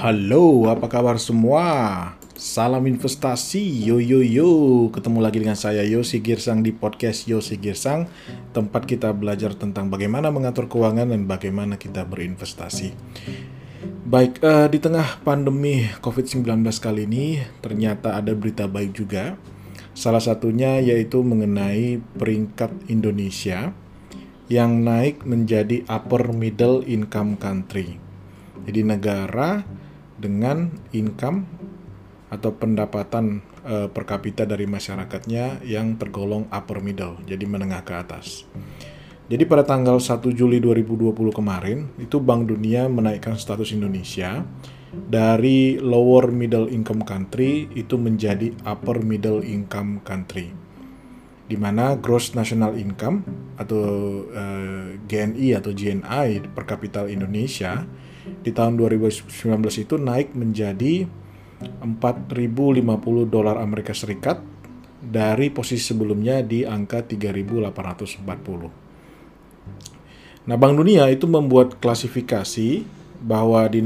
Halo, apa kabar semua? Salam investasi, yo yo yo. Ketemu lagi dengan saya Yosi Girsang di podcast Yosi Girsang, tempat kita belajar tentang bagaimana mengatur keuangan dan bagaimana kita berinvestasi. Baik, di tengah pandemi COVID-19 kali ini, ternyata ada berita baik juga. Salah satunya yaitu mengenai peringkat Indonesia yang naik menjadi upper middle income country. Jadi negara dengan income atau pendapatan per kapita dari masyarakatnya yang tergolong upper middle, jadi menengah ke atas. Jadi pada tanggal 1 Juli 2020 kemarin, itu Bank Dunia menaikkan status Indonesia dari lower middle income country itu menjadi upper middle income country, di mana gross national income atau GNI atau GNI per kapita Indonesia di tahun 2019 itu naik menjadi 4.050 dolar Amerika Serikat dari posisi sebelumnya di angka 3.840. Nah, Bank Dunia itu membuat klasifikasi bahwa di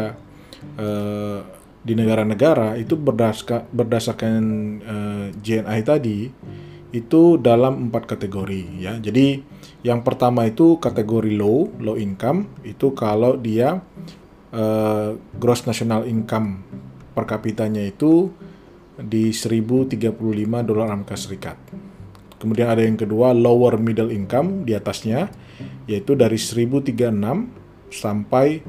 negara-negara itu berdasarkan GNI tadi itu dalam 4 kategori ya. Jadi yang pertama itu kategori low income, itu kalau dia gross national income per kapitanya itu di 1.035 dolar Amerika Serikat. Kemudian ada yang kedua lower middle income di atasnya, yaitu dari 1.036 sampai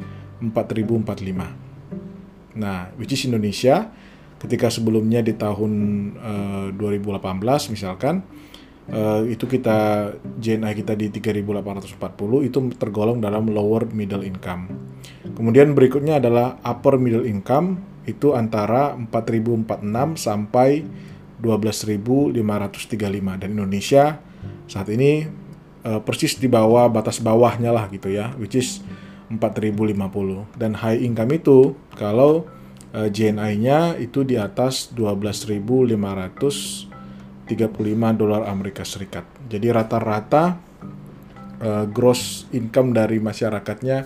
4.045. Nah, which is Indonesia ketika sebelumnya di tahun 2018 misalkan itu kita GNI kita di 3.840 itu tergolong dalam lower middle income. Kemudian berikutnya adalah upper middle income, itu antara 4.046 sampai 12.535, dan Indonesia saat ini persis di bawah batas bawahnya lah gitu ya, which is 4.050. Dan high income itu kalau GNI-nya itu di atas 12.535 dolar Amerika Serikat. Jadi rata-rata gross income dari masyarakatnya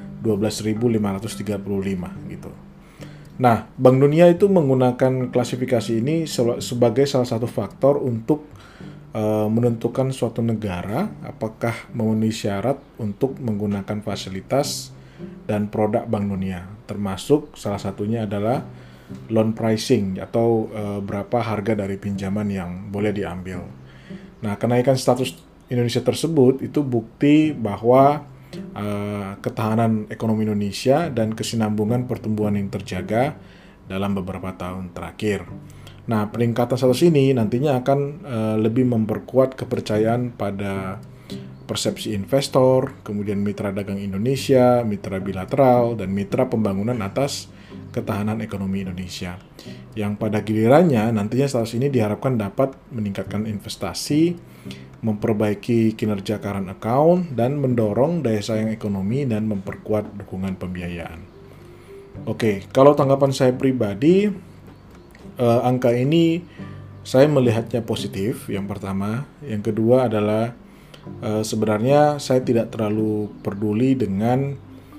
12.535 gitu. Nah, Bank Dunia itu menggunakan klasifikasi ini sebagai salah satu faktor untuk menentukan suatu negara apakah memenuhi syarat untuk menggunakan fasilitas dan produk Bank Dunia. Termasuk salah satunya adalah loan pricing atau berapa harga dari pinjaman yang boleh diambil. Nah, kenaikan status Indonesia tersebut itu bukti bahwa ketahanan ekonomi Indonesia dan kesinambungan pertumbuhan yang terjaga dalam beberapa tahun terakhir. Nah, peningkatan status ini nantinya akan lebih memperkuat kepercayaan pada persepsi investor, kemudian mitra dagang Indonesia, mitra bilateral, dan mitra pembangunan atas ketahanan ekonomi Indonesia. Yang pada gilirannya nantinya status ini diharapkan dapat meningkatkan investasi, memperbaiki kinerja current account, dan mendorong daya saing ekonomi dan memperkuat dukungan pembiayaan. Oke, kalau tanggapan saya pribadi, angka ini saya melihatnya positif, yang pertama. Yang kedua adalah sebenarnya saya tidak terlalu peduli dengan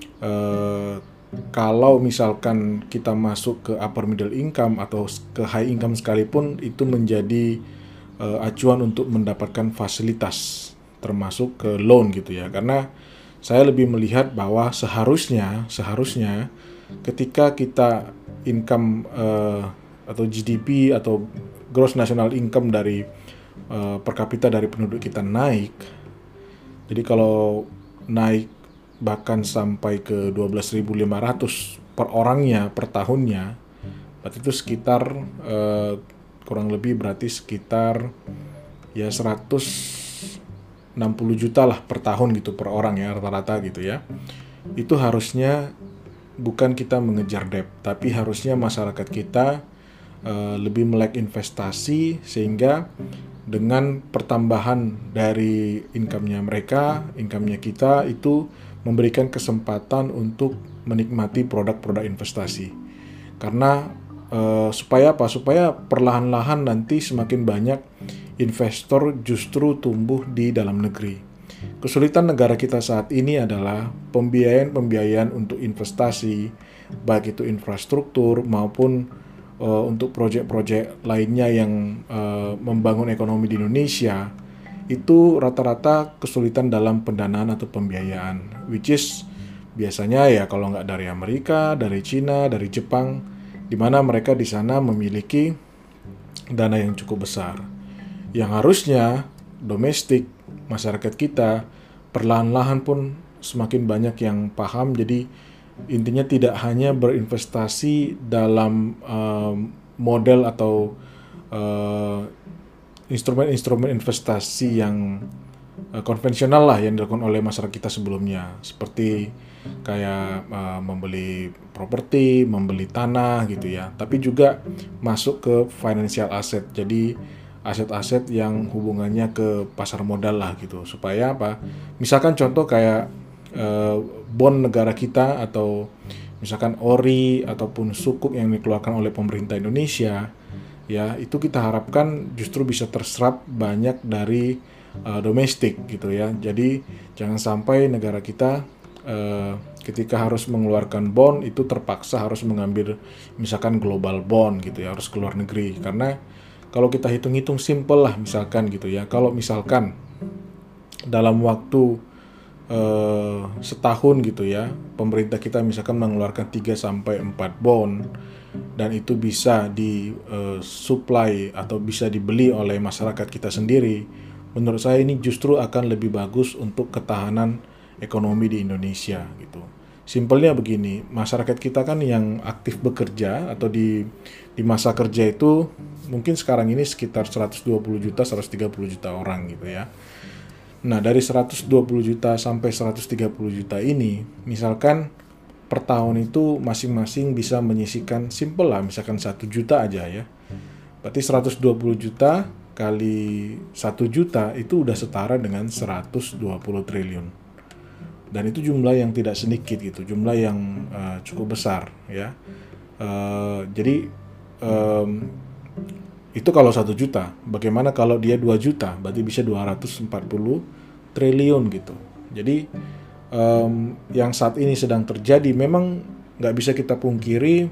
kalau misalkan kita masuk ke upper middle income atau ke high income sekalipun, itu menjadi acuan untuk mendapatkan fasilitas termasuk ke loan gitu ya. Karena saya lebih melihat bahwa seharusnya ketika kita income atau GDP atau gross national income dari per kapita dari penduduk kita naik. Jadi kalau naik bahkan sampai ke 12.500 per orangnya per tahunnya, berarti itu sekitar kurang lebih berarti sekitar ya 160 juta lah per tahun gitu per orang ya, rata-rata gitu ya. Itu harusnya bukan kita mengejar debt, tapi harusnya masyarakat kita lebih melek investasi, sehingga dengan pertambahan dari income-nya mereka, income-nya kita itu memberikan kesempatan untuk menikmati produk-produk investasi. Karena supaya apa? Supaya perlahan-lahan nanti semakin banyak investor justru tumbuh di dalam negeri. kesulitan negara kita saat ini adalah pembiayaan untuk investasi, baik itu infrastruktur maupun untuk proyek-proyek lainnya yang membangun ekonomi di Indonesia, itu rata-rata kesulitan dalam pendanaan atau pembiayaan, which is biasanya ya kalau nggak dari Amerika, dari Cina, dari Jepang, di mana mereka di sana memiliki dana yang cukup besar. Yang harusnya domestik, masyarakat kita, perlahan-lahan pun semakin banyak yang paham, jadi intinya tidak hanya berinvestasi dalam model atau instrumen-instrumen investasi yang konvensional lah yang dilakukan oleh masyarakat kita sebelumnya, seperti kayak membeli properti, membeli tanah gitu ya, tapi juga masuk ke financial asset, jadi aset-aset yang hubungannya ke pasar modal lah gitu, supaya apa? Misalkan contoh kayak bond negara kita, atau misalkan ori ataupun sukuk yang dikeluarkan oleh pemerintah Indonesia, ya itu kita harapkan justru bisa terserap banyak dari domestik gitu ya. Jadi jangan sampai negara kita ketika harus mengeluarkan bond itu terpaksa harus mengambil misalkan global bond gitu ya, harus ke luar negeri. Karena kalau kita hitung-hitung simple lah misalkan gitu ya, kalau misalkan dalam waktu setahun gitu ya, pemerintah kita misalkan mengeluarkan 3-4 bond, dan itu bisa disuplai atau bisa dibeli oleh masyarakat kita sendiri, menurut saya ini justru akan lebih bagus untuk ketahanan ekonomi di Indonesia gitu. Simpelnya begini, masyarakat kita kan yang aktif bekerja atau di masa kerja itu mungkin sekarang ini sekitar 120 juta, 130 juta orang gitu ya. Nah, dari 120 juta sampai 130 juta ini, misalkan per tahun itu masing-masing bisa menyisihkan simple lah, misalkan 1 juta aja ya. Berarti 120 juta kali 1 juta itu udah setara dengan 120 triliun. Dan itu jumlah yang tidak sedikit gitu, jumlah yang cukup besar ya. Jadi itu kalau 1 juta, bagaimana kalau dia 2 juta, berarti bisa 240 triliun gitu. Jadi yang saat ini sedang terjadi, memang nggak bisa kita pungkiri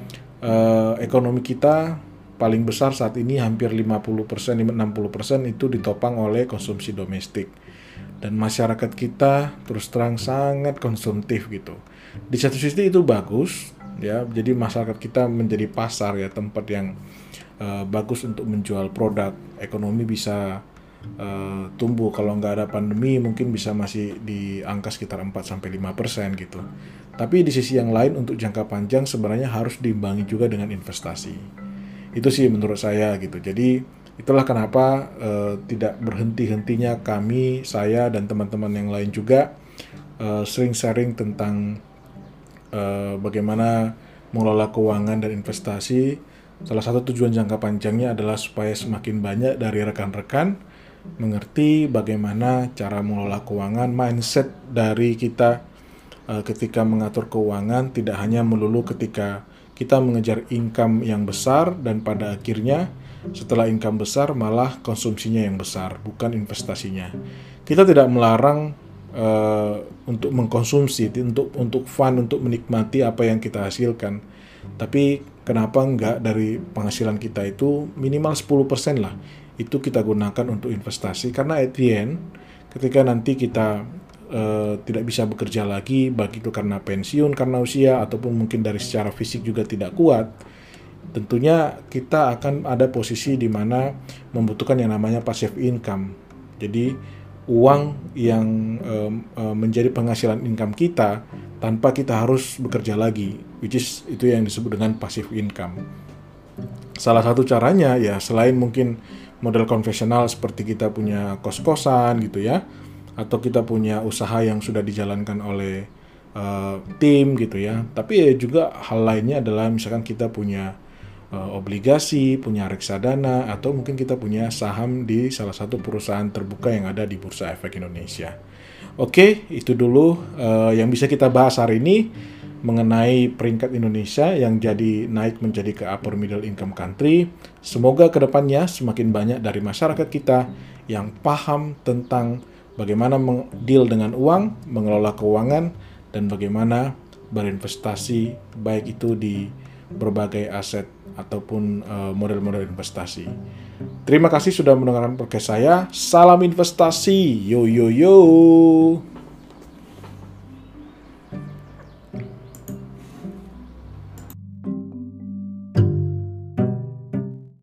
ekonomi kita paling besar saat ini hampir 50%, 60% itu ditopang oleh konsumsi domestik. Dan masyarakat kita terus terang sangat konsumtif gitu. Di satu sisi itu bagus ya, jadi masyarakat kita menjadi pasar ya, tempat yang bagus untuk menjual produk, ekonomi bisa tumbuh. Kalau nggak ada pandemi mungkin bisa masih di angka sekitar 4-5% gitu. Tapi di sisi yang lain untuk jangka panjang sebenarnya harus diimbangi juga dengan investasi. Itu sih menurut saya gitu. Jadi itulah kenapa tidak berhenti-hentinya saya dan teman-teman yang lain juga sering sharing tentang bagaimana mengelola keuangan dan investasi. Salah satu tujuan jangka panjangnya adalah supaya semakin banyak dari rekan-rekan mengerti bagaimana cara mengelola keuangan, mindset dari kita ketika mengatur keuangan tidak hanya melulu ketika kita mengejar income yang besar dan pada akhirnya setelah income besar malah konsumsinya yang besar, bukan investasinya. Kita tidak melarang untuk mengkonsumsi, untuk fun, untuk menikmati apa yang kita hasilkan. Tapi kenapa enggak dari penghasilan kita itu minimal 10% lah, itu kita gunakan untuk investasi. Karena at the end, ketika nanti kita tidak bisa bekerja lagi, baik itu karena pensiun, karena usia, ataupun mungkin dari secara fisik juga tidak kuat, tentunya kita akan ada posisi di mana membutuhkan yang namanya passive income. Jadi uang yang menjadi penghasilan income kita tanpa kita harus bekerja lagi, which is itu yang disebut dengan passive income. Salah satu caranya ya selain mungkin model konvensional seperti kita punya kos-kosan gitu ya, atau kita punya usaha yang sudah dijalankan oleh tim gitu ya, tapi ya juga hal lainnya adalah misalkan kita punya obligasi, punya reksadana, atau mungkin kita punya saham di salah satu perusahaan terbuka yang ada di Bursa Efek Indonesia. Oke, itu dulu yang bisa kita bahas hari ini mengenai peringkat Indonesia yang jadi naik menjadi ke upper middle income country. Semoga kedepannya semakin banyak dari masyarakat kita yang paham tentang bagaimana deal dengan uang, mengelola keuangan, dan bagaimana berinvestasi baik itu di berbagai aset ataupun model-model investasi. Terima kasih sudah mendengarkan podcast saya. Salam investasi. Yo yo yo.